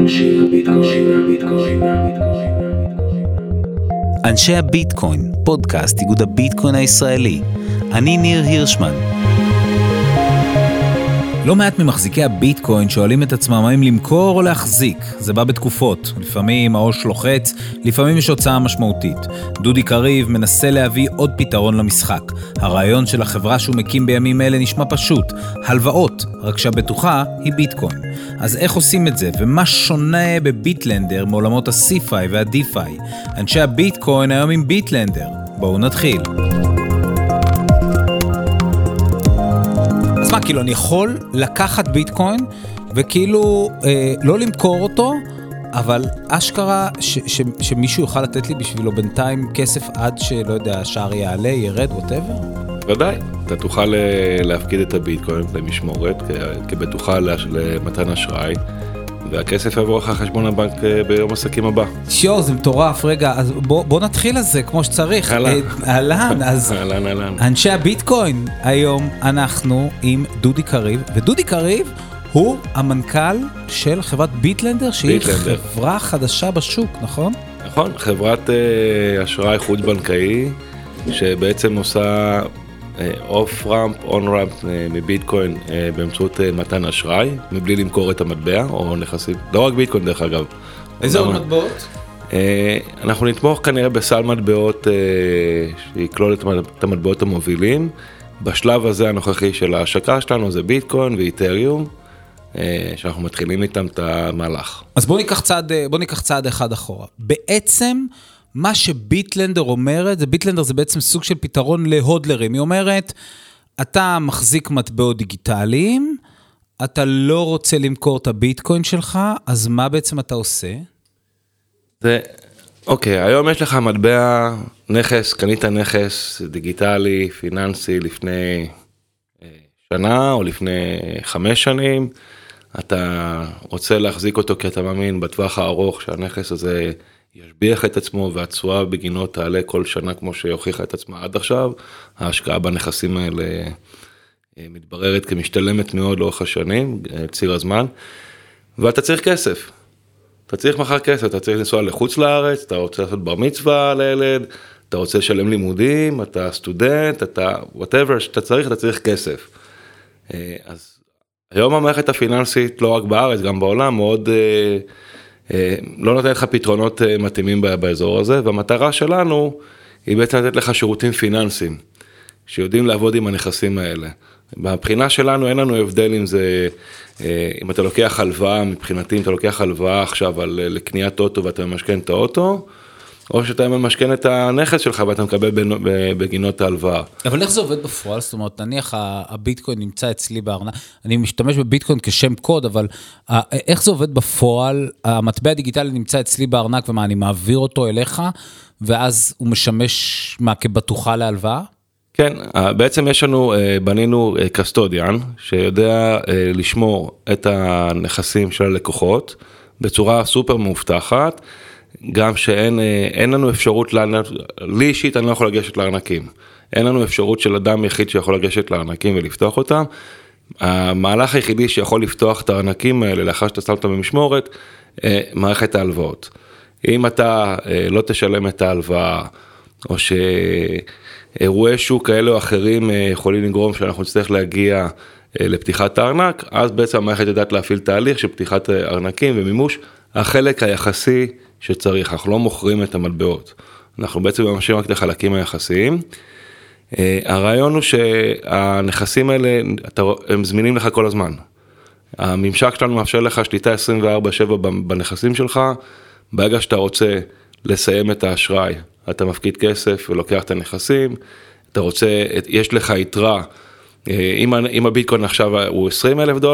אנשי הביטקוין, פודקאסט איגוד הביטקוין הישראלי. אני ניר הירשמן. לא מעט ממחזיקי הביטקוין שואלים את עצמם האם למכור או להחזיק. זה בא בתקופות. לפעמים העו"ש לוחץ, לפעמים יש הוצאה משמעותית. דודי קריב מנסה להביא עוד פתרון למשחק. הרעיון של החברה שהוא מקים בימים אלה נשמע פשוט. הלוואות, רק שהבטוחה היא ביטקוין. אז איך עושים את זה? ומה שונה בביטלנדר מעולמות הסיפיי והדיפיי? אנשי הביטקוין היום עם ביטלנדר. בואו נתחיל. אז מה, כאילו אני יכול לקחת ביטקוין וכאילו לא למכור אותו, אבל אשכרה שמישהו יוכל לתת לי בשבילו בינתיים כסף עד שלא יודע, השער יעלה, ירד, whatever? ודאי, אתה תוכל להפקיד את הביטקוין למשמורת כבטוחה למתן אשראי, והכסף יעבור לך חשבון הבנק ביום עסקים הבא. שיו, זה מטורף. רגע, אז בוא נתחיל על זה כמו שצריך. אהלן, אז אהלן. אנשי הביטקוין, היום אנחנו עם דודי קריב, ודודי קריב הוא המנכ"ל של חברת ביטלנדר, שהיא חברה חדשה בשוק, נכון? נכון, חברת אשראי חוץ בנקאי, שבעצם עושה אוף רמפ, און רמפ מביטקוין באמצעות מתן אשראי, מבלי למכור את המטבע או נכסים, לא רק ביטקוין דרך אגב. איזה עוד מטבעות? אנחנו נתמוך כנראה בסל מטבעות שיקלול את המטבעות המובילים. בשלב הזה הנוכחי של ההשקה שלנו זה ביטקוין ואיתריום, שאנחנו מתחילים איתם את המהלך. אז בוא ניקח צעד אחד אחורה. בעצם מה שביטלנדר אומרת, ביטלנדר זה בעצם סוג של פתרון להודלרים. היא אומרת, אתה מחזיק מטבעות דיגיטליים, אתה לא רוצה למכור את הביטקוין שלך, אז מה בעצם אתה עושה? אוקיי, היום יש לך מטבע נכס, קנית נכס דיגיטלי, פיננסי לפני שנה או לפני 5 שנים, אתה רוצה להחזיק אותו כי אתה מאמין בטווח הארוך שהנכס הזה ישביח את עצמו והתשואה בגינו תעלה כל שנה כמו שהוכיחה את עצמה עד עכשיו. ההשקעה בנכסים האלה מתבררת כמשתלמת מאוד לאורך השנים, ציר הזמן, ואתה צריך כסף. אתה צריך מחר כסף, אתה צריך לנסוע לחוץ לארץ, אתה רוצה לעשות בר מצווה לילד, אתה רוצה לשלם לימודים, אתה סטודנט, אתה whatever שאתה צריך, אתה צריך כסף. אז היום המערכת הפיננסית, לא רק בארץ, גם בעולם, מאוד לא נותנת לך פתרונות מתאימים באזור הזה, והמטרה שלנו היא בעצם לתת לך שירותים פיננסיים, שיודעים לעבוד עם הנכסים האלה. בבחינה שלנו אין לנו הבדל אם זה, אם אתה לוקח הלוואה, מבחינתי אם אתה לוקח הלוואה עכשיו לקניית אוטו ואתה ממשכן את האוטו, או שאתה ממשכן את הנכס שלך ואתה מקבל בגינות ההלוואה. אבל איך זה עובד בפועל? זאת אומרת, נניח הביטקוין נמצא אצלי בארנק, אני משתמש בביטקוין כשם קוד, אבל איך זה עובד בפועל? המטבע הדיגיטלי נמצא אצלי בארנק, ומה, אני מעביר אותו אליך, ואז הוא משמש כבטוחה להלוואה? כן, בעצם יש לנו, בנינו קסטודיאן, שיודע לשמור את הנכסים של הלקוחות, בצורה סופר מאובטחת, גם שאין לנו אפשרות, לי אישית אני לא יכול לגשת לארנקים, אין לנו אפשרות של אדם יחיד שיכול לגשת לארנקים ולפתוח אותם. המהלך היחידי שיכול לפתוח את הארנקים האלה לאחר שאתה שם אותם במשמורת, מערכת ההלוואות. אם אתה לא תשלם את ההלוואה, או שאירועי שוק כאלה או אחרים יכולים לגרום שאנחנו נצטרך להגיע לפתיחת הארנק, אז בעצם המערכת יודעת להפעיל תהליך של פתיחת ארנקים ומימוש החלק היחסי שצריך. אנחנו לא מוכרים את המטבעות, אנחנו בעצם ממשים רק את החלקים היחסיים. הרעיון הוא שהנכסים האלה הם זמינים לך כל הזמן. הממשק שלנו מאפשר לך שליטה 24/7 בנכסים שלך. ברגע שאתה רוצה לסיים את האשראי, אתה מפקיד כסף ולוקח את הנכסים, אתה רוצה, יש לך יתרה, אם הביטקוין עכשיו הוא $20,000,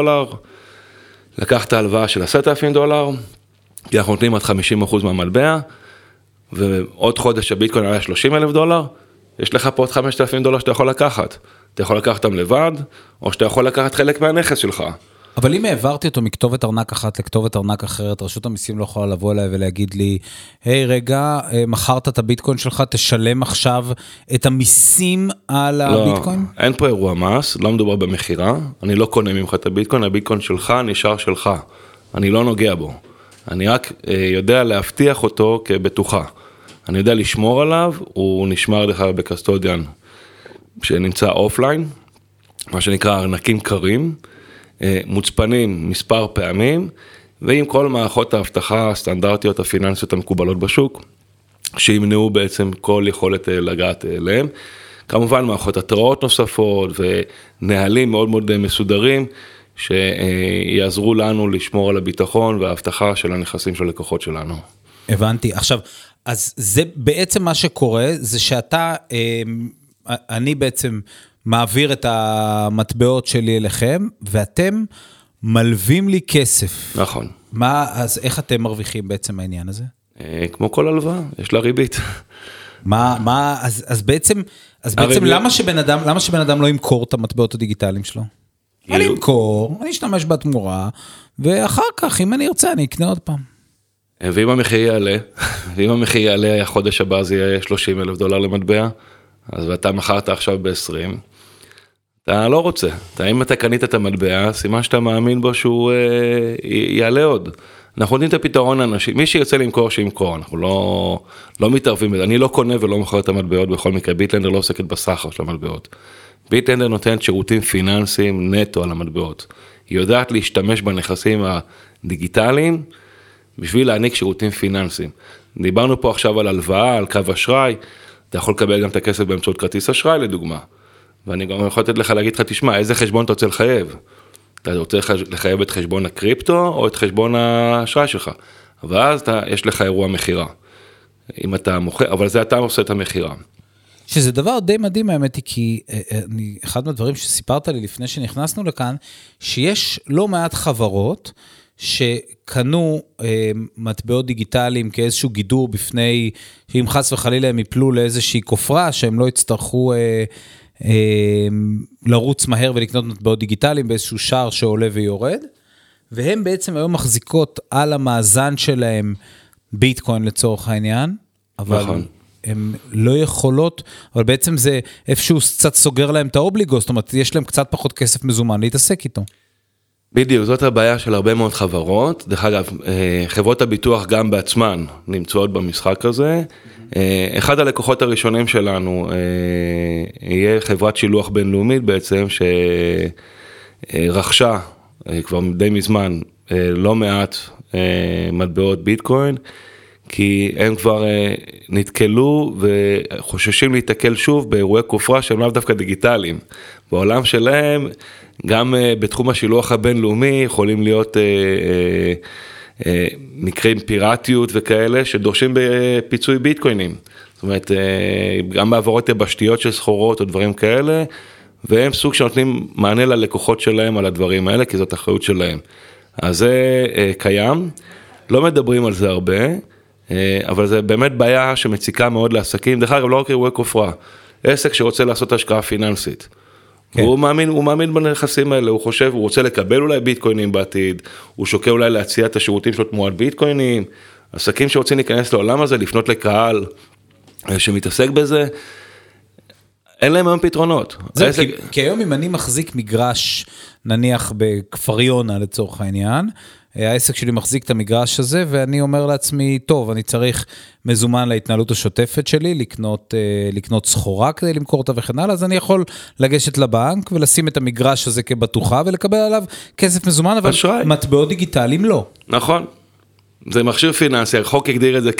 לקחת הלוואה של $10,000, כי אנחנו נותנים עד 50% מהמטבע, ועוד חודש הביטקוין עלה $30,000, יש לך פה עוד $5,000 שאתה יכול לקחת. אתה יכול לקחת אותם לבד, או שאתה יכול לקחת חלק מהנכס שלך. אבל אם העברתי אותו מכתובת ארנק אחת לכתובת ארנק אחרת, רשות המיסים לא יכולה לבוא אליי ולהגיד לי, היי רגע, מכרת את הביטקוין שלך, תשלם עכשיו את המיסים על הביטקוין? לא, אין פה אירוע מס, לא מדובר במחירה, אני לא קונה ממך את הביטקוין, הביטקוין שלך נשאר שלך, אני לא נוגע בו. אני רק יודע להבטיח אותו כבטוחה. אני יודע לשמור עליו, הוא נשמר דרך כלל בקסטודיאן, שנמצא אופליין, מה שנקרא ארנקים קרים, מוצפנים מספר פעמים, ועם כל מערכות ההבטחה הסטנדרטיות הפיננסיות המקובלות בשוק, שימנעו בעצם כל יכולת לגעת אליהם. כמובן מערכות התראות נוספות ונהלים מאוד מאוד מסודרים, שיעזרו לנו לשמור על הביטחון וההבטחה של הנכסים של הלקוחות שלנו. הבנתי. עכשיו, אז זה בעצם מה שקורה, זה שאתה, אני בעצם מעביר את המטבעות שלי אליכם, ואתם מלווים לי כסף. נכון. אז איך אתם מרוויחים בעצם העניין הזה? כמו כל הלוואה, יש לה ריבית. אז בעצם למה שבן אדם לא ימכור את המטבעות הדיגיטליים שלו? אני אמכור, אני אשתמש בתמורה, ואחר כך, אם אני ארצה, אני אקנה עוד פעם. ואם המחיר יעלה, החודש הבא זה יהיה $30,000 למטבע, אז ואתה מכרת עכשיו ב-20, אתה לא רוצה. אם אתה קנית את המטבע, סימן שאתה מאמין בו שהוא יעלה עוד. אנחנו נותנים את הפתרון לאנשים, מי שירצה למכור, שימכור, אנחנו לא מתערבים בזה, אני לא קונה ולא מוכר את המטבעות בכל מקרה, ביטלנדר לא עוסקת בסחר של המטבעות. ביטלנדר נותנת שירותים פיננסיים נטו על המטבעות. היא יודעת להשתמש בנכסים הדיגיטליים, בשביל להעניק שירותים פיננסיים. דיברנו פה עכשיו על הלוואה, על קו אשראי, אתה יכול לקבל גם את הכסף באמצעות כרטיס אשראי לדוגמה, ואני גם יכול לתת לך להגיד לך, תשמע, איזה חשבון אתה רוצה לחייב? אתה רוצה לחייב את חשבון הקריפטו או את חשבון האשראי שלך, ואז יש לך אירוע מחירה, אם אתה מוכר, אבל זה אתה עושה את המחירה. שזה דבר די מדהים האמת היא, כי אחד מהדברים שסיפרת לי לפני שנכנסנו לכאן, שיש לא מעט חברות, שקנו מטבעות דיגיטליים כאיזשהו גידור בפני, שאם חס וחלילה הם יפלו לאיזושהי כופרה, שהם לא יצטרכו לרוץ מהר ולקנות מטבעות דיגיטליים באיזשהו שער שעולה ויורד, והם בעצם היום מחזיקות על המאזן שלהם ביטקוין לצורך העניין, אבל הם לא יכולות, אבל בעצם זה איפשהו קצת סוגר להם את האובליגו, זאת אומרת, יש להם קצת פחות כסף מזומן להתעסק איתו. בדיוק, זאת הבעיה של הרבה מאוד חברות, דרך אגב, חברות הביטוח גם בעצמן נמצאות במשחק הזה, אחד הלקוחות הראשונים שלנו יהיה חברת שילוח בינלאומית בעצם, שרכשה כבר די מזמן לא מעט מטבעות ביטקוין, כי הם כבר נתקלו וחוששים להתקל שוב באירועי כופרה שהם לאו דווקא דיגיטליים. בעולם שלהם, גם בתחום השילוח הבינלאומי יכולים להיות מקרים פיראטיות וכאלה שדורשים בפיצוי ביטקוינים. זאת אומרת, גם בעבורות יבשתיות של סחורות או דברים כאלה, והם סוג שנותנים מענה ללקוחות שלהם על הדברים האלה, כי זאת אחריות שלהם. אז זה קיים, לא מדברים על זה הרבה, אבל זה באמת בעיה שמציקה מאוד לעסקים, דרך אגב לא רק אירועי כופרה, עסק שרוצה לעשות השקעה פיננסית, כן. הוא מאמין בנכסים האלה, הוא חושב, הוא רוצה לקבל אולי ביטקוינים בעתיד, הוא שוקל אולי להציע את השירותים שלו תמורת ביטקוינים, עסקים שרוצים להיכנס לעולם הזה, לפנות לקהל שמתעסק בזה, אין להם היום פתרונות. כי היום אם אני מחזיק מגרש, נניח בכפר יונה לצורך העניין, העסק שלי מחזיק את המגרש הזה, ואני אומר לעצמי, טוב, אני צריך מזומן להתנהלות השוטפת שלי, לקנות סחורה כדי למכור אותה וכן הלאה, אז אני יכול לגשת לבנק, ולשים את המגרש הזה כבטוחה, ולקבל עליו כסף מזומן, אבל מטבעות דיגיטליים לא. נכון. זה מכשיר פיננסי, החוק הגדיר את זה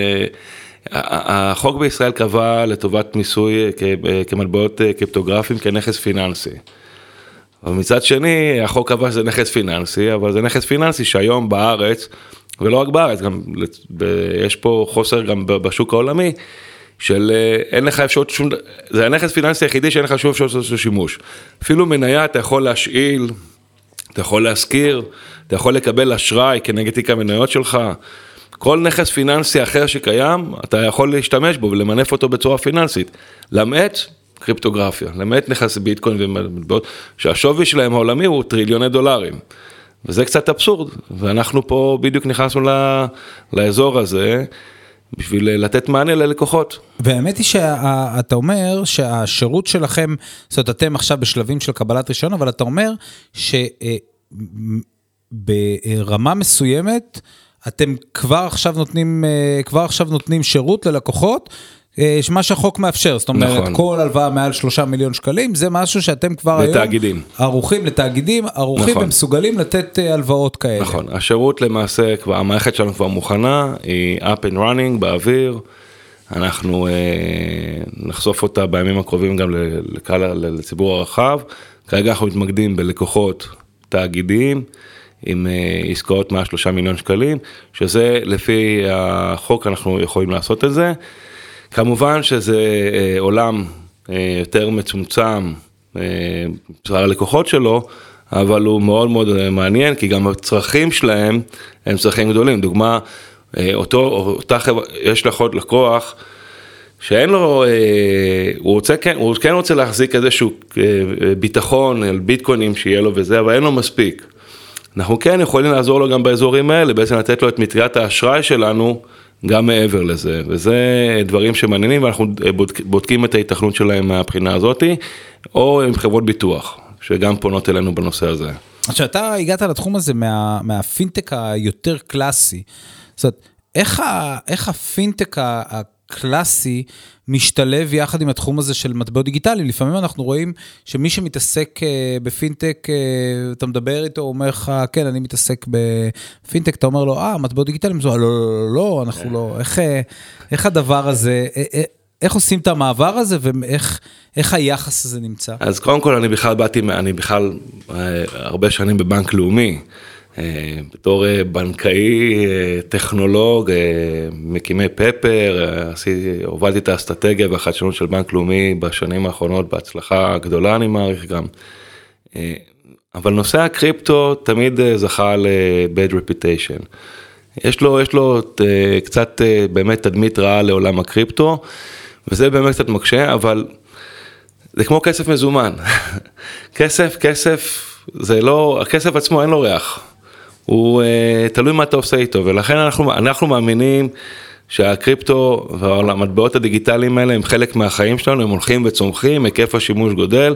החוק בישראל קבע לטובת מיסוי כמטבעות קריפטוגרפיים כנכס פיננסי. אבל מצד שני, החוק קבע שזה נכס פיננסי, אבל זה נכס פיננסי שהיום בארץ, ולא רק בארץ, גם יש פה חוסר גם בשוק העולמי, של אין לך אפשרות, זה הנכס פיננסי היחידי שאין לך שום אפשרות לעשות שימוש. אפילו מניה אתה יכול להשאיל, אתה יכול להשכיר, אתה יכול לקבל אשראי כנגד תיק המניות שלך, כל נכס פיננסי אחר שקיים, אתה יכול להשתמש בו ולמנף אותו בצורה פיננסית. למעט קריפטוגרפיה, למעט נכס ביטקוין ומטבעות, שהשווי שלהם העולמי הוא $טריליוני. וזה קצת אבסורד, ואנחנו פה בדיוק נכנסנו לאזור הזה, בשביל לתת מענה ללקוחות. והאמת היא שאתה אומר שהשירות שלכם, זאת אומרת, אתם עכשיו בשלבים של קבלת רישיון, אבל אתה אומר שברמה מסוימת, אתם כבר עכשיו נותנים שירות ללקוחות, מה שהחוק מאפשר, זאת אומרת, כל הלוואה מעל 3 מיליון שקלים, זה משהו שאתם כבר היום ערוכים לתאגידים, ערוכים ומסוגלים לתת הלוואות כאלה. נכון, השירות למעשה, המערכת שלנו כבר מוכנה, היא up and running באוויר, אנחנו נחשוף אותה בימים הקרובים גם לציבור הרחב, כרגע אנחנו מתמקדים בלקוחות תאגידיים, עם עסקאות מעל 3 מיליון שקלים, שזה לפי החוק אנחנו יכולים לעשות את זה, כמובן שזה עולם יותר מצומצם ללקוחות שלו, אבל הוא מאוד מאוד מעניין, כי גם הצרכים שלהם הם צרכים גדולים. דוגמה, יש לקוח שאין לו, הוא כן רוצה להחזיק איזשהו ביטחון על ביטקוינים שיהיה לו וזה, אבל אין לו מספיק. אנחנו כן יכולים לעזור לו גם באזורים האלה, בעצם לתת לו את מטריית האשראי שלנו, גם מעבר לזה, וזה דברים שמעניינים, ואנחנו בודקים את ההיתכנות שלהם מהבחינה הזאת, או עם חברות ביטוח, שגם פונות אלינו בנושא הזה. עכשיו, אתה הגעת לתחום הזה מהפינטק היותר קלאסי, זאת אומרת, איך הפינטק הקלאסי משתלב יחד עם התחום הזה של מטבעות דיגיטליים? לפעמים אנחנו רואים שמי שמתעסק בפינטק, אתה מדבר איתו, הוא אומר לך, כן, אני מתעסק בפינטק, אתה אומר לו, מטבעות דיגיטליים, לא, אנחנו לא, איך הדבר הזה, איך עושים את המעבר הזה, ואיך היחס הזה נמצא? אז קודם כל, אני בכלל הרבה שנים בבנק לאומי, בתור בנקאי, טכנולוג, מקימי פפר, הובלתי את האסטרטגיה והחדשנות של בנק לאומי בשנים האחרונות, בהצלחה גדולה אני מעריך גם. אבל נושא הקריפטו תמיד זכה ל-bad reputation. יש לו קצת באמת תדמית רעה לעולם הקריפטו, וזה באמת קצת מקשה, אבל זה כמו כסף מזומן. כסף, זה לא, הכסף עצמו אין לו ריח. הוא תלוי מה אתה עושה איתו, ולכן אנחנו מאמינים שהקריפטו והמטבעות הדיגיטליים האלה הם חלק מהחיים שלנו, הם הולכים וצומחים, היקף השימוש גודל,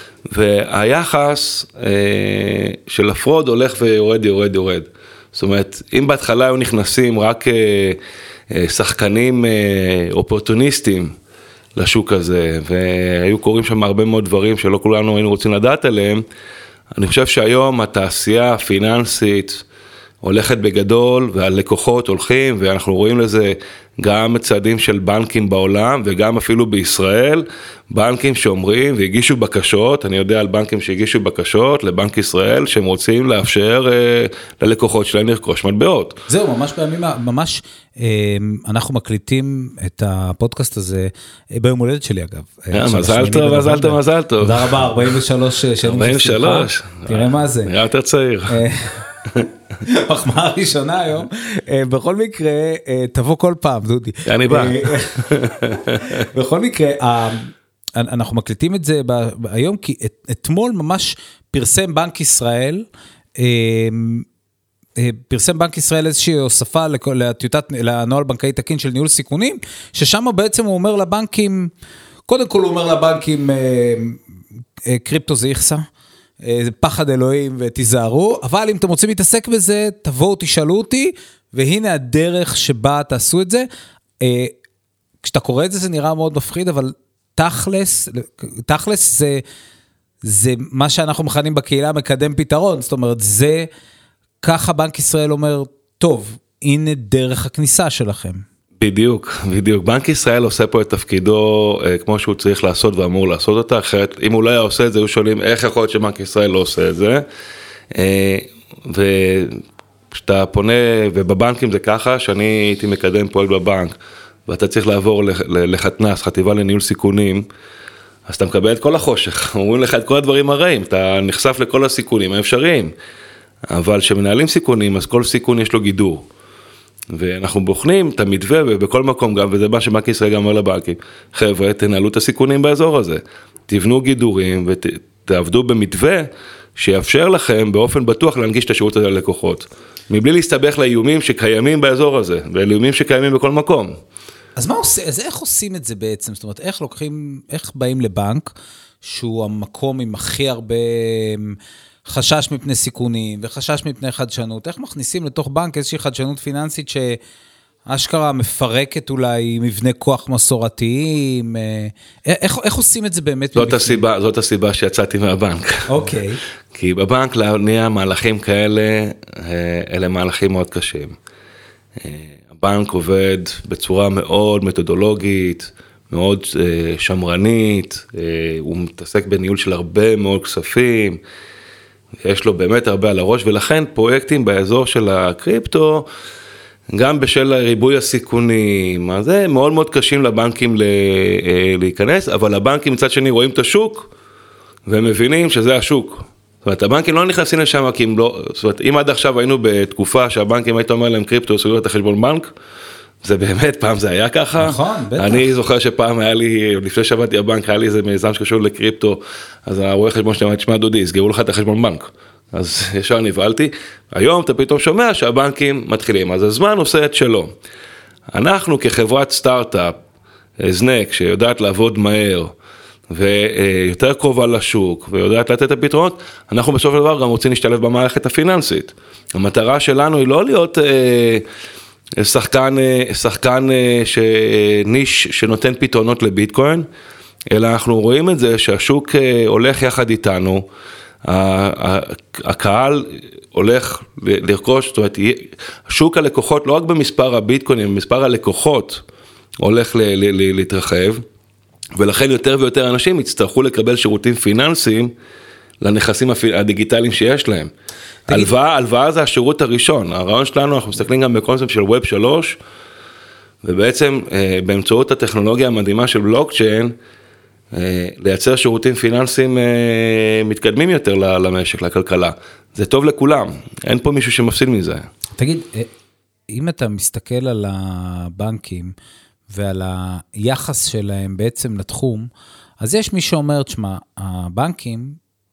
והיחס של הפרוד הולך ויורד. זאת אומרת, אם בהתחלה היו נכנסים רק שחקנים אופורטוניסטים לשוק הזה, והיו קוראים שם הרבה מאוד דברים שלא כולנו היינו רוצים לדעת עליהם, אני חושב שהיום התעשייה הפיננסית הולכת בגדול, והלקוחות הולכים, ואנחנו רואים לזה גם צעדים של בנקים בעולם, וגם אפילו בישראל, בנקים שאומרים והגישו בקשות, אני יודע על בנקים שהגישו בקשות לבנק ישראל, שהם רוצים לאפשר ללקוחות שלהם לרכוש מטבעות. זהו, ממש אנחנו מקליטים את הפודקאסט הזה, ביום הולדת שלי אגב. מזל טוב. תודה רבה, 43 שנים. 43. תראה מה זה. נראה יותר צעיר. מחמאה ראשונה היום, בכל מקרה, תבוא כל פעם, דודי. אני בא. בכל מקרה, אנחנו מקליטים את זה היום, כי אתמול ממש פרסם בנק ישראל, איזושהי הוספה לנוהל בנקאי תקין של ניהול סיכונים, ששם בעצם הוא אומר לבנקים, קודם כל הוא אומר לבנקים, קריפטו זה יחסה, זה פחד אלוהים ותיזהרו, אבל אם אתם רוצים להתעסק בזה, תבואו תשאלו אותי, והנה הדרך שבה תעשו את זה. כשאתה קורא את זה, זה נראה מאוד מפחיד, אבל תכלס זה מה שאנחנו מכנים בקהילה מקדם פתרון, זאת אומרת, זה ככה בנק ישראל אומר, טוב, הנה דרך הכניסה שלכם. בדיוק. בנק ישראל עושה פה את תפקידו כמו שהוא צריך לעשות ואמור לעשות אותה, אחרת אם הוא לא היה עושה את זה, הוא שואלים איך יכול להיות שבנק ישראל לא עושה את זה, וכשאתה פונה, ובבנקים זה ככה, שאני הייתי מקדם פועל בבנק, ואתה צריך לעבור לחתנס, חטיבה לניהול סיכונים, אז אתה מקבל את כל החושך, אומרים לך את כל הדברים הרעים, אתה נחשף לכל הסיכונים האפשריים, אבל כשמנהלים סיכונים, אז כל סיכון יש לו גידור, ואנחנו בוחנים את המתווה ובכל מקום גם, וזה מה שבנק ישראל גם אומר לבנקים, חבר'ה, תנהלו את הסיכונים באזור הזה, תבנו גידורים ותעבדו במתווה שיאפשר לכם באופן בטוח להנגיש את השירות הזה ללקוחות, מבלי להסתבך לאיומים שקיימים באזור הזה, ולאיומים שקיימים בכל מקום. אז מה עושה, אז איך עושים את זה בעצם? זאת אומרת, איך באים לבנק, שהוא המקום עם הכי הרבה חשש מפני סיכונים וחשש מפני חדשנות, איך מכניסים לתוך בנק איזושהי חדשנות פיננסית שאשכרה מפרקת אולי מבנה כוח מסורתיים, איך עושים את זה באמת? זאת הסיבה שיצאתי מהבנק. אוקיי. כי בבנק להניע מהלכים כאלה, אלה מהלכים מאוד קשים. הבנק עובד בצורה מאוד מתודולוגית, מאוד שמרנית, הוא מתעסק בניהול של הרבה מאוד כספים, יש לו באמת הרבה על הראש, ולכן פרויקטים באזור של הקריפטו, גם בשל ריבוי הסיכונים, אז זה מאוד מאוד קשים לבנקים להיכנס, אבל הבנקים מצד שני רואים את השוק, והם מבינים שזה השוק. זאת אומרת, הבנקים לא נכנסים לשם, כי אם לא, זאת אומרת, אם עד עכשיו היינו בתקופה שהבנקים היית אומר להם קריפטו, סוגר את החשבון בנק, זה באמת, פעם זה היה ככה. נכון, בטח. אני זוכר שפעם היה לי, לפני שעבדתי בבנק, היה לי איזה מיזם שקשור לקריפטו, אז הרואה חשבון שלי אמר, תשמע דודי, יסגרו לך את החשבון בנק. אז ישר נבהלתי. היום אתה פתאום שומע שהבנקים מתחילים, אז הזמן עושה את שלו. אנחנו כחברת סטארט-אפ, הזנק, שיודעת לעבוד מהר, ויותר קרובה לשוק, ויודעת לתת את הפתרונות, אנחנו בסוף הדבר גם רוצים להשתלב במערכת הפיננסית. המטרה שלנו היא לא להיות שחקן ניש שנותן פתרונות לביטקוין, אלא אנחנו רואים את זה שהשוק הולך יחד איתנו, הקהל הולך לרכוש, זאת אומרת, שוק הלקוחות, לא רק במספר הביטקוינים, במספר הלקוחות הולך להתרחב, ולכן יותר ויותר אנשים יצטרכו לקבל שירותים פיננסיים לנכסים הדיגיטליים שיש להם. הלוואה זה השירות הראשון, הרעיון שלנו, אנחנו מסתכלים גם בקונספט של ווב 3, ובעצם באמצעות הטכנולוגיה המדהימה של בלוקצ'יין, לייצר שירותים פיננסיים מתקדמים יותר למשק, לכלכלה. זה טוב לכולם, אין פה מישהו שמפסיד מזה. תגיד, אם אתה מסתכל על הבנקים, ועל היחס שלהם בעצם לתחום, אז יש מי שאומר, תשמע, הבנקים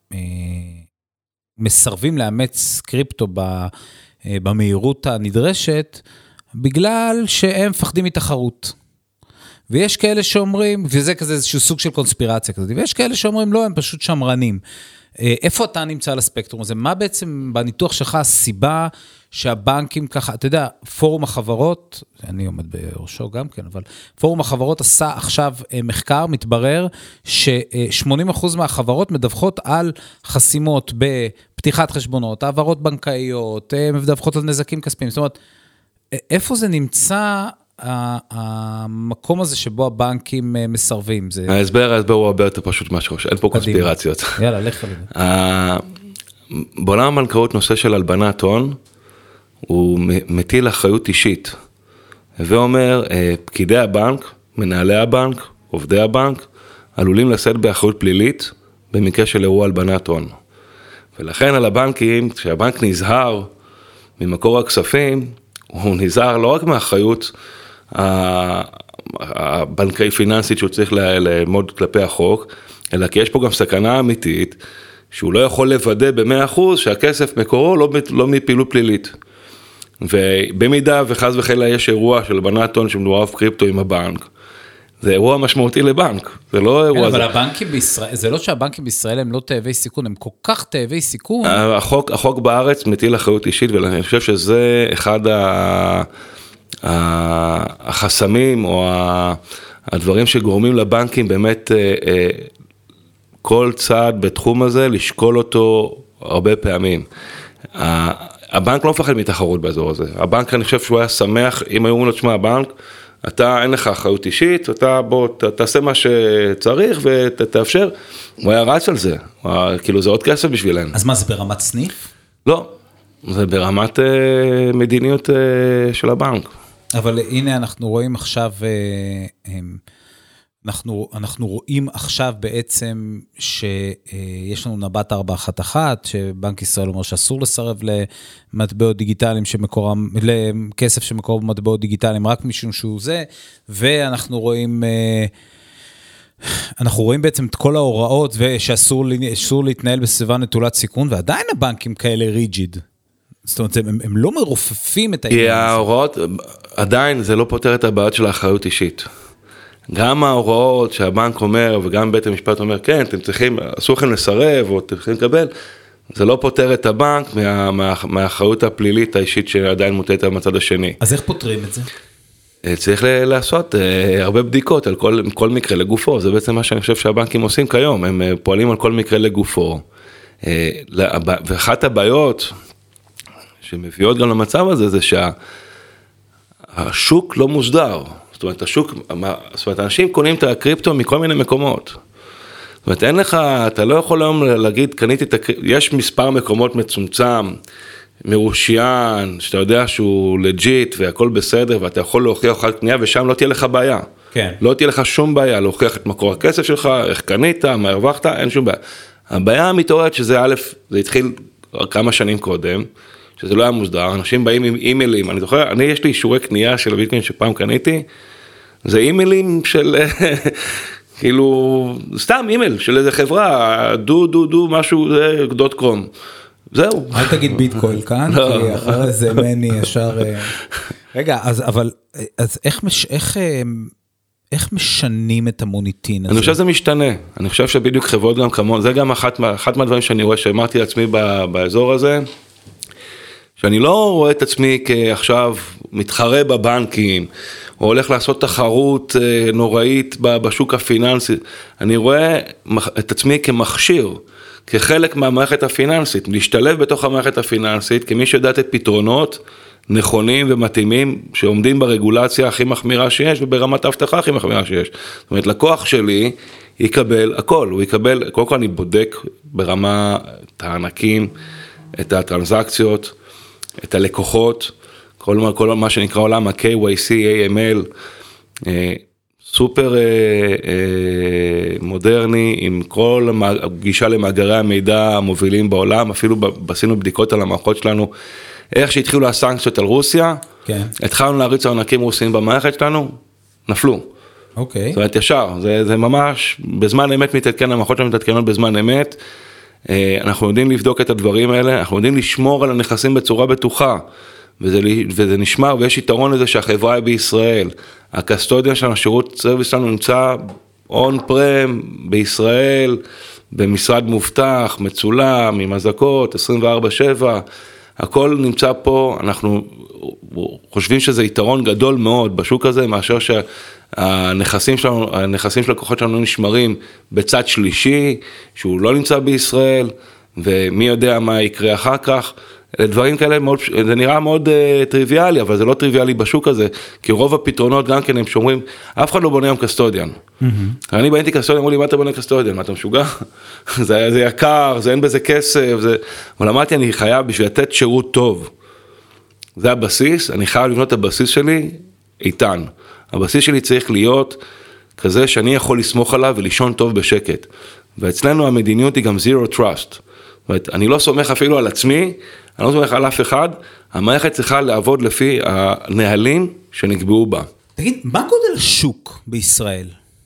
מסרבים לאמץ קריפטו במהירות הנדרשת, בגלל שהם מפחדים מתחרות. ויש כאלה שאומרים, וזה כזה איזשהו סוג של קונספירציה כזאת, ויש כאלה שאומרים, לא, הם פשוט שמרנים. איפה אתה נמצא על הספקטרום הזה? מה בעצם בניתוח שלך הסיבה שהבנקים ככה, אתה יודע, פורום החברות, אני עומד בראשו גם כן, אבל פורום החברות עשה עכשיו מחקר, מתברר ש80% מהחברות מדווחות על חסימות בפתיחת חשבונות, העברות בנקאיות, מדווחות על נזקים כספיים, זאת אומרת, איפה זה נמצא המקום הזה שבו הבנקים מסרבים? ההסבר הוא הרבה יותר פשוט מהשראש, אין פה קונספירציות. יאללה, לך חביבי. בעולם הבנקאות נושא של הלבנת הון, הוא מטיל אחריות אישית, ואומר, פקידי הבנק, מנהלי הבנק, עובדי הבנק, עלולים לשאת באחריות פלילית, במקרה של אירוע הלבנת הון. ולכן על הבנקים, כשהבנק נזהר ממקור הכספים, הוא נזהר לא רק מאחריות הבנקאי פיננסית שהוא צריך לעמוד כלפי החוק, אלא כי יש פה גם סכנה אמיתית, שהוא לא יכול לוודא ב100% שהכסף מקורו לא מפעילות פלילית. ובמידה וחס וחלילה יש אירוע של הלבנת הון שמדובר קריפטו עם הבנק, זה אירוע משמעותי לבנק, זה לא אירוע... אבל הבנקים בישראל, זה לא שהבנקים בישראל הם לא תאבי סיכון, הם כל כך תאבי סיכון. החוק בארץ מטיל אחריות אישית, ואני חושב שזה אחד החסמים, או הדברים שגורמים לבנקים באמת כל צעד בתחום הזה, לשקול אותו הרבה פעמים. הבנק לא מפחד מתחרות באזור הזה. הבנק, אני חושב שהוא היה שמח, אם היו אומרים לו, תשמע, הבנק, אתה אין לך אחריות אישית, אתה בוא, תעשה מה שצריך ותאפשר. הוא היה רץ על זה, כאילו זה עוד כסף בשבילנו. אז מה, זה ברמת סניף? לא, זה ברמת מדיניות של הבנק. אבל הנה אנחנו רואים עכשיו, אנחנו רואים עכשיו בעצם שיש לנו נבט 411, שבנק ישראל אומר שאסור לסרב למטבעות דיגיטליים שמקורם, לכסף שמקור במטבעות דיגיטליים, רק משום שהוא זה, ואנחנו רואים בעצם את כל ההוראות, ושאסור להתנהל בסביבה נטולת סיכון, ועדיין הבנקים כאלה ריג'יד. זאת אומרת, הם לא מרופפים את העניין הזה. כי ההוראות, עדיין זה לא פותר את הבעיות של האחריות אישית. גם ההוראות שהבנק אומר, וגם בית המשפט אומר, כן, אתם צריכים, אסור לכם לסרב, או אתם צריכים לקבל, זה לא פותר את הבנק מהאחריות הפלילית האישית שעדיין מוטלת על הצד השני. אז איך פותרים את זה? צריך לעשות הרבה בדיקות על כל מקרה לגופו, זה בעצם מה שאני חושב שהבנקים עושים כיום, הם פועלים על כל מקרה לגופו, ואחת הבעיות שמביאות גם למצב הזה, זה שהשוק לא מוסדר, זאת אומרת, אנשים קונים את הקריפטו מכל מיני מקומות, זאת אומרת, אין לך, אתה לא יכול היום להגיד, קניתי את הקריפטו, יש מספר מקומות מצומצם, מרושיין, שאתה יודע שהוא לג'יט והכל בסדר, ואתה יכול להוכיח על קנייה, ושם לא תהיה לך בעיה. כן. לא תהיה לך שום בעיה, להוכיח את מקור הכסף שלך, איך קנית, מה הרווחת, אין שום בעיה. הבעיה המתעוררת שזה א', זה התחיל כמה שנים קודם, שזה לא היה מוסדר, אנשים באים עם אימיילים, אני זוכר, יש לי אישורי קנייה של הביטקוין שפעם קניתי, זה אימיילים של, כאילו, סתם אימייל של איזה חברה, דו, משהו, זה .com. זהו. אל תגיד ביטקוין כאן, כי אחרי זה מני ישר... רגע, אז איך משנים את המוניטין הזה? אני חושב שזה משתנה, אני חושב שבדיוק חברות גם כמון, זה גם אחת מהדברים שאני רואה, שאמרתי לעצמי באזור הזה, שאני לא רואה את עצמי כעכשיו מתחרה בבנקים, או הולך לעשות תחרות נוראית בשוק הפיננסי, אני רואה את עצמי כמכשיר, כחלק מהמערכת הפיננסית, להשתלב בתוך המערכת הפיננסית, כמי שיודע את פתרונות נכונים ומתאימים, שעומדים ברגולציה הכי מחמירה שיש, וברמת ההבטחה הכי מחמירה שיש. זאת אומרת, לקוח שלי יקבל הכל, הוא יקבל, קודם כל אני בודק ברמה את הענקים, את הטרנזקציות, את הלקוחות, כל מה שנקרא עולם ה-KYC, AML, סופר מודרני, עם כל הגישה למאגרי המידע המובילים בעולם, אפילו עשינו בדיקות על המערכות שלנו, איך שהתחילו הסנקציות על רוסיה, כן. התחלנו להריץ הענקים רוסיים במערכת שלנו, נפלו. אוקיי. זאת אומרת ישר, זה ממש, בזמן אמת מתעדכן, המערכות שלנו מתעדכנות בזמן אמת, אנחנו יודעים לבדוק את הדברים האלה, אנחנו יודעים לשמור על הנכסים בצורה בטוחה, וזה נשמר, ויש יתרון לזה שהחברה היא בישראל, הקסטודיאן שלנו, השירות סרוויס שלנו נמצא און פרם בישראל, במשרד מובטח, מצולם, עם הזקות, 24/7, הכל נמצא פה, אנחנו חושבים שזה יתרון גדול מאוד בשוק הזה, מאשר שהנכסים שלנו, הנכסים של לקוחות שלנו נשמרים בצד שלישי, שהוא לא נמצא בישראל, ומי יודע מה יקרה אחר כך, דברים כאלה מאוד, זה נראה מאוד טריוויאלי, אבל זה לא טריוויאלי בשוק הזה, כי רוב הפתרונות גם כן הם שאומרים, אף אחד לא בונה היום קסטודיאן. אני בניתי קסטודיאן, אמרו לי, מה אתה בונה קסטודיאן? מה אתה משוגע? זה יקר, זה אין בזה כסף, אבל אמרתי, אני חייב בשביל לתת שירות טוב. זה הבסיס, אני חייב לבנות את הבסיס שלי איתן. הבסיס שלי צריך להיות כזה שאני יכול לסמוך עליו ולישון טוב בשקט. ואצלנו המדיניות היא גם zero trust. אני לא סומך אפילו על עצמי, אני לא סומך על אף אחד, המערכת צריכה לעבוד לפי הנהלים שנקבעו בה. תגיד, מה גודל השוק בישראל?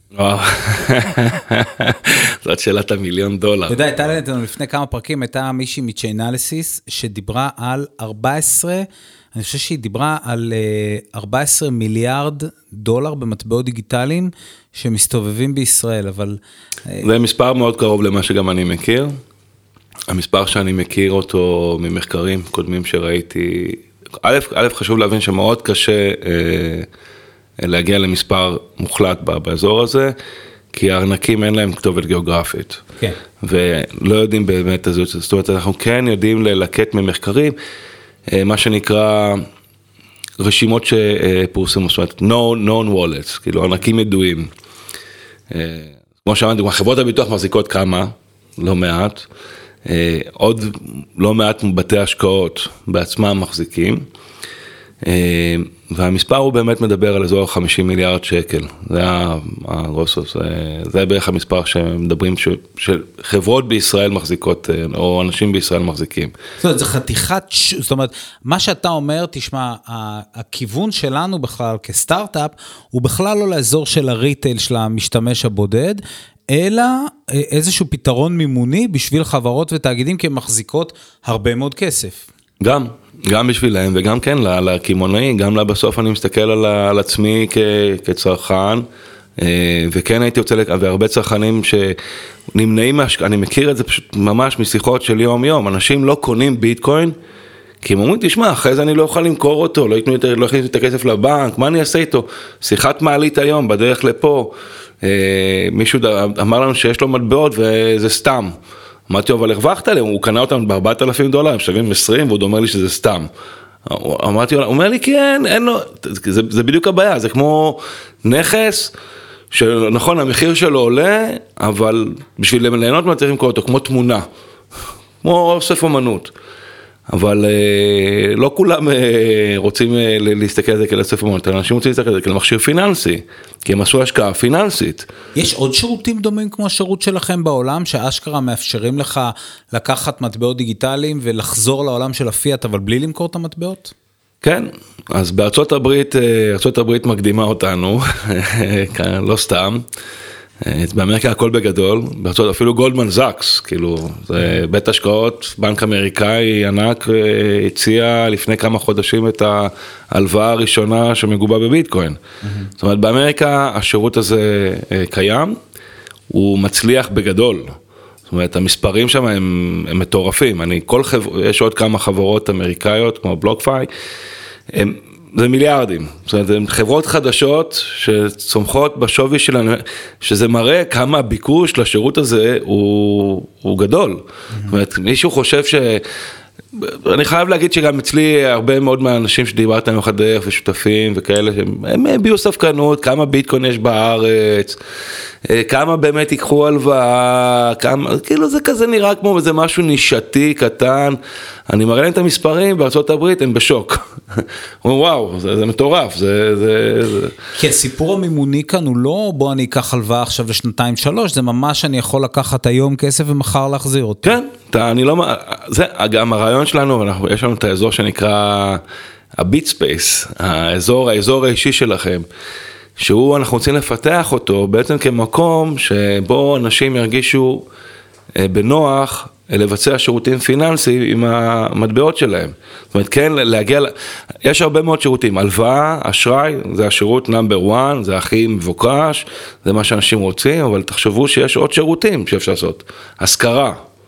זאת שאלת $1,000,000. אתה יודע, הייתה לנו לפני כמה פרקים, הייתה מישהי מ-Chainalysis, שדיברה על 14, אני חושב שהיא דיברה על $14 מיליארד במטבעות דיגיטליים, שמסתובבים בישראל, אבל... זה מספר מאוד קרוב למה שגם אני מכיר. המספר שאני מכיר אותו ממחקרים קודמים שראיתי, א', חשוב להבין שמאוד קשה להגיע למספר מוחלט באזור הזה, כי הארנקים אין להם כתובת גיאוגרפית. כן. ולא יודעים באמת, זאת אומרת, אנחנו כן יודעים ללקט ממחקרים, מה שנקרא רשימות שפורסמו, זאת אומרת, known wallets, כאילו ארנקים ידועים. כמו שאמרתי, חברות הביטוח מחזיקות כמה, לא מעט, עוד לא מעט בתי השקעות בעצמם מחזיקים, והמספר הוא באמת מדבר על אזור 50 מיליארד שקל, זה בערך המספר שמדברים שחברות בישראל מחזיקות, או אנשים בישראל מחזיקים. זאת אומרת, זה חתיכת, זאת אומרת, מה שאתה אומר, תשמע, הכיוון שלנו בכלל כסטארט-אפ, הוא בכלל לא לאזור של הריטייל של המשתמש הבודד, אלא איזשהו פתרון מימוני בשביל חברות ותאגידים, כי הן מחזיקות הרבה מאוד כסף. גם בשבילהם וגם כן לכימונאי, גם בסוף אני מסתכל על עצמי כצרכן, וכן הייתי רוצה, והרבה צרכנים שנמנעים, אני מכיר את זה פשוט ממש משיחות של יום יום, אנשים לא קונים ביטקוין, כי הם אומרים, תשמע, אחרי זה אני לא אוכל למכור אותו, לא יכניסו את הכסף לבנק, מה אני אעשה איתו? שיחת מעלית היום, בדרך לפה, מישהו אמר לנו שיש לו מטבעות וזה סתם. אמרתי, אבל הרווחת עליהם, הוא קנה אותם $4,000, הם שווים 20, והוא אומר לי שזה סתם. אמרתי, הוא אומר לי, כן, אין לו, זה בדיוק הבעיה, זה כמו נכס, שנכון, המחיר שלו עולה, אבל בשביל ליהנות מה צריך למכור אותו, כמו תמונה, כמו אוסף אומנות. אבל לא כולם רוצים להסתכל על זה כאוסף אומנות, אנשים רוצים להסתכל על זה כמכשיר פיננסי, כי הם עשו השקעה פיננסית. יש עוד שירותים דומים כמו השירות שלכם בעולם, שאשכרה מאפשרים לך לקחת מטבעות דיגיטליים ולחזור לעולם של הפיאט, אבל בלי למכור את המטבעות? כן, אז בארצות הברית מקדימה אותנו, לא סתם, באמריקה הכל בגדול, אפילו גולדמן זאקס, כאילו, זה בית השקעות, בנק אמריקאי ענק, הציע לפני כמה חודשים את ההלוואה הראשונה שמגובה בביטקוין. זאת אומרת, באמריקה השירות הזה קיים, הוא מצליח בגדול. זאת אומרת, המספרים שם הם מטורפים. יש עוד כמה חברות אמריקאיות, כמו בלוקפיי, זה מיליארדים, זאת אומרת, הן חברות חדשות שצומחות בשווי שלנו, שזה מראה כמה הביקוש לשירות הזה הוא גדול. זאת אומרת, מישהו חושב אני חייב להגיד שגם אצלי הרבה מאוד מהאנשים שדיברת עם חדך ושותפים וכאלה, הם הביאו ספקנות, כמה ביטקוין יש בארץ, כמה באמת ייקחו הלוואה, כאילו זה כזה נראה כמו איזה משהו נישתי קטן, אני מראה להם את המספרים, בארצות הברית הם בשוק. אומרים וואו, זה מטורף, כי הסיפור המימוני כאן הוא לא בוא אני אקח הלוואה עכשיו ל2-3, זה ממש אני יכול לקחת היום כסף ומחר להחזיר אותו. כן, זה גם הרעיון שלנו, יש לנו את האזור שנקרא הביט ספייס, האזור האישי שלכם, אנחנו רוצים לפתח אותו בעצם כמקום שבו אנשים ירגישו בנוח לבצע שירותים פיננסיים עם המטבעות שלהם. זאת אומרת, כן, יש הרבה מאוד שירותים, הלוואה, אשראי, זה השירות נאמבר 1, זה הכי מבוקש, זה מה שאנשים רוצים, אבל תחשבו שיש עוד שירותים שאפשר לעשות. השכרה,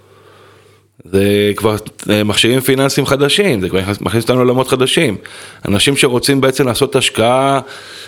זה כבר מכשירים פיננסיים חדשים, זה כבר מכניס אותנו לעולמות חדשים. אנשים שרוצים בעצם לעשות השקעה,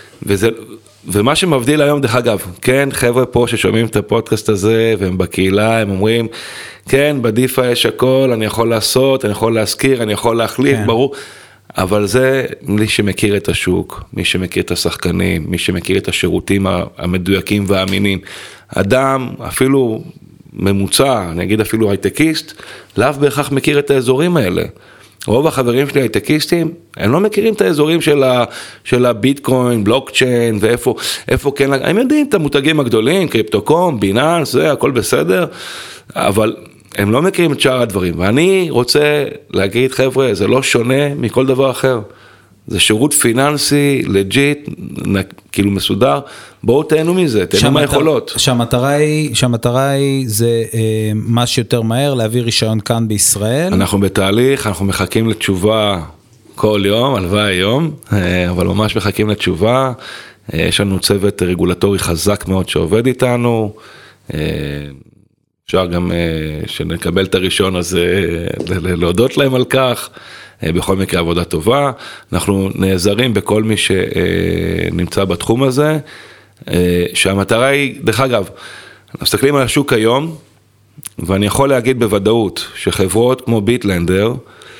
ומה שמבדיל היום, דרך אגב, כן, חבר'ה פה ששומעים את הפודקאסט הזה, והם בקהילה, הם אומרים, כן, בדיפה יש הכל, אני יכול לעשות, אני יכול להזכיר, אני יכול להחליף, כן. ברור, אבל זה מי שמכיר את השוק, מי שמכיר את השחקנים, מי שמכיר את השירותים המדויקים והאמינים. אדם, אפילו ממוצע, אני אגיד אפילו הייטקיסט, לאו בהכרח מכיר את האזורים האלה. רוב החברים שלי הייטקיסטים, הם לא מכירים את האזורים של הביטקוין, בלוקצ'יין, ואיפה כן, הם יודעים את המותגים הגדולים, קריפטוקום, ביננס, זה הכל בסדר, אבל הם לא מכירים את שאר הדברים, ואני רוצה להגיד, חבר'ה, זה לא שונה מכל דבר אחר, זה שירות פיננסי, לג'יט, כאילו מסודר, בואו תהנו מזה, תהנו מהיכולות. שהמטרה היא זה מה שיותר מהר, להביא רישיון כאן בישראל. אנחנו בתהליך, אנחנו מחכים לתשובה כל יום, הלוואי היום, אבל ממש מחכים לתשובה, יש לנו צוות רגולטורי חזק מאוד שעובד איתנו, אפשר גם שנקבל את הראשון הזה, להודות להם על כך, בכל מקרה עבודה טובה, אנחנו נעזרים בכל מי שנמצא בתחום הזה, שהמטרה היא, דרך אגב, אנחנו מסתכלים על השוק היום, ואני יכול להגיד בוודאות, שחברות כמו ביטלנדר,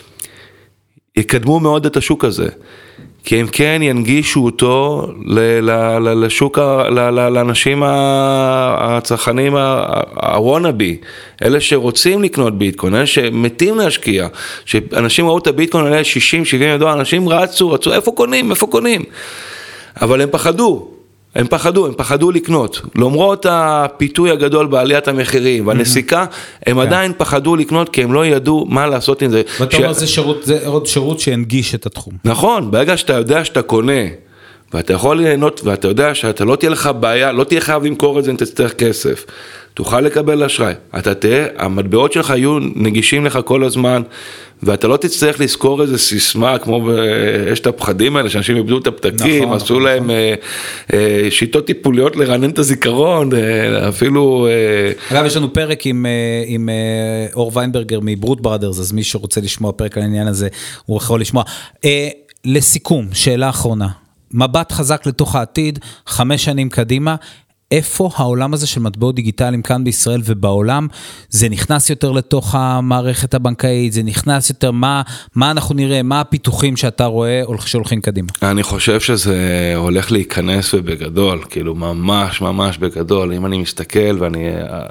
יקדמו מאוד את השוק הזה, כי הם כן ינגישו אותו לשוק, לאנשים הצרכנים הוואנאבי, אלה שרוצים לקנות ביטקוין, אלה שמתים להשקיע, שאנשים ראו את הביטקוין עליה $60-70, אנשים רצו, איפה קונים? אבל הם פחדו לקנות, למרות הפיתוי הגדול בעליית המחירים והנסיקה, הם עדיין פחדו לקנות כי הם לא ידעו מה לעשות עם זה. ואתה אומר, זה עוד שירות שינגיש את התחום. נכון, ברגע שאתה יודע שאתה קונה, ואתה יכול ליהנות, ואתה יודע שאתה לא תהיה לך בעיה, לא תהיה חייב למכור את זה אם תצטרך כסף. תוכל לקבל אשראי. אתה תראה, המטבעות שלך יהיו נגישים לך כל הזמן, ואתה לא תצטרך לזכור איזה סיסמה, כמו יש את הפחדים האלה, שאנשים איבדו את הפתקים, עשו להם שיטות טיפוליות לרענן את הזיכרון, אפילו... אגב, יש לנו פרק עם אור ויינברגר מברוט בראדרס, אז מי שרוצה לשמוע פרק על העניין הזה, הוא יכול לשמוע. לסיכום, שאלה אחרונה, מבט חזק לתוך העתיד, 5 שנים קדימה, איפה העולם הזה של מטבעות דיגיטליים כאן בישראל ובעולם, זה נכנס יותר לתוך המערכת הבנקאית, זה נכנס יותר, מה אנחנו נראה, מה הפיתוחים שאתה רואה שהולכים קדימה? אני חושב שזה הולך להיכנס ובגדול, כאילו ממש ממש בגדול, אם אני מסתכל ואני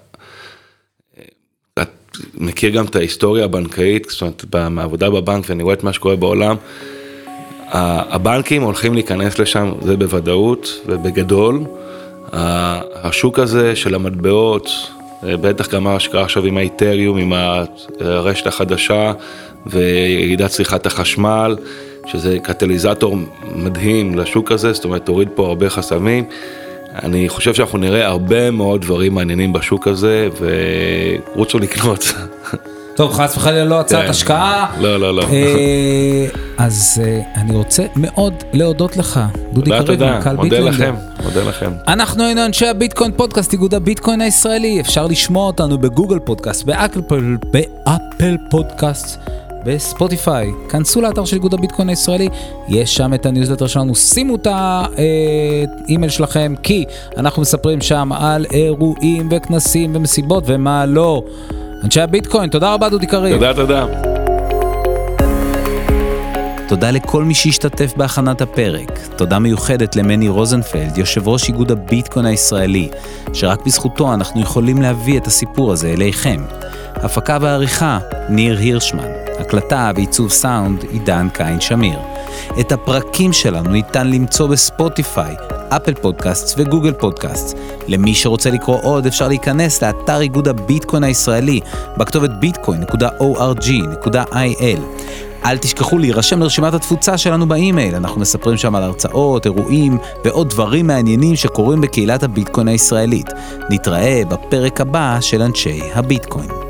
מכיר גם את ההיסטוריה הבנקאית, זאת אומרת, מהעבודה בבנק ואני רואה את מה שקורה בעולם, הבנקים הולכים להיכנס לשם, זה בוודאות ובגדול, השוק הזה של המטבעות, בטח גם מה שקרה עכשיו עם האיתריום, עם הרשת החדשה וירידת צריכת החשמל, שזה קטליזטור מדהים לשוק הזה, זאת אומרת תוריד פה הרבה חסמים, אני חושב שאנחנו נראה הרבה מאוד דברים מעניינים בשוק הזה ורוצו לקנות. טוב, חס וחלילה לא הצעת השקעה. לא. אז אני רוצה מאוד להודות לך, דודי קריב, מנכ"ל ביטקוין. מודה לכם. אנחנו היינו אנשי הביטקוין פודקאסט, איגוד הביטקוין הישראלי. אפשר לשמוע אותנו בגוגל פודקאסט, באפל פודקאסט, בספוטיפיי. כנסו לאתר של איגוד הביטקוין הישראלי, יש שם את הניוזלטר שלנו, שימו את האימייל שלכם, כי אנחנו מספרים שם על אירועים וכנסים ומסיבות ומה לא. אנשי הביטקוין, תודה רבה דודי קריב. תודה. תודה לכל מי שהשתתף בהכנת הפרק. תודה מיוחדת למני רוזנפלד, יושב ראש איגוד הביטקוין הישראלי, שרק בזכותו אנחנו יכולים להביא את הסיפור הזה אליכם. הפקה ועריכה, ניר הירשמן. הקלטה ועיצוב סאונד, עידן קין שמיר. את הפרקים שלנו ניתן למצוא בספוטיפיי, אפל פודקאסט וגוגל פודקאסט. למי שרוצה לקרוא עוד אפשר להיכנס לאתר איגוד הביטקוין הישראלי, בכתובת bitcoin.org.il. אל תשכחו להירשם לרשימת התפוצה שלנו באימייל, אנחנו מספרים שם על הרצאות, אירועים ועוד דברים מעניינים שקורים בקהילת הביטקוין הישראלית. נתראה בפרק הבא של אנשי הביטקוין.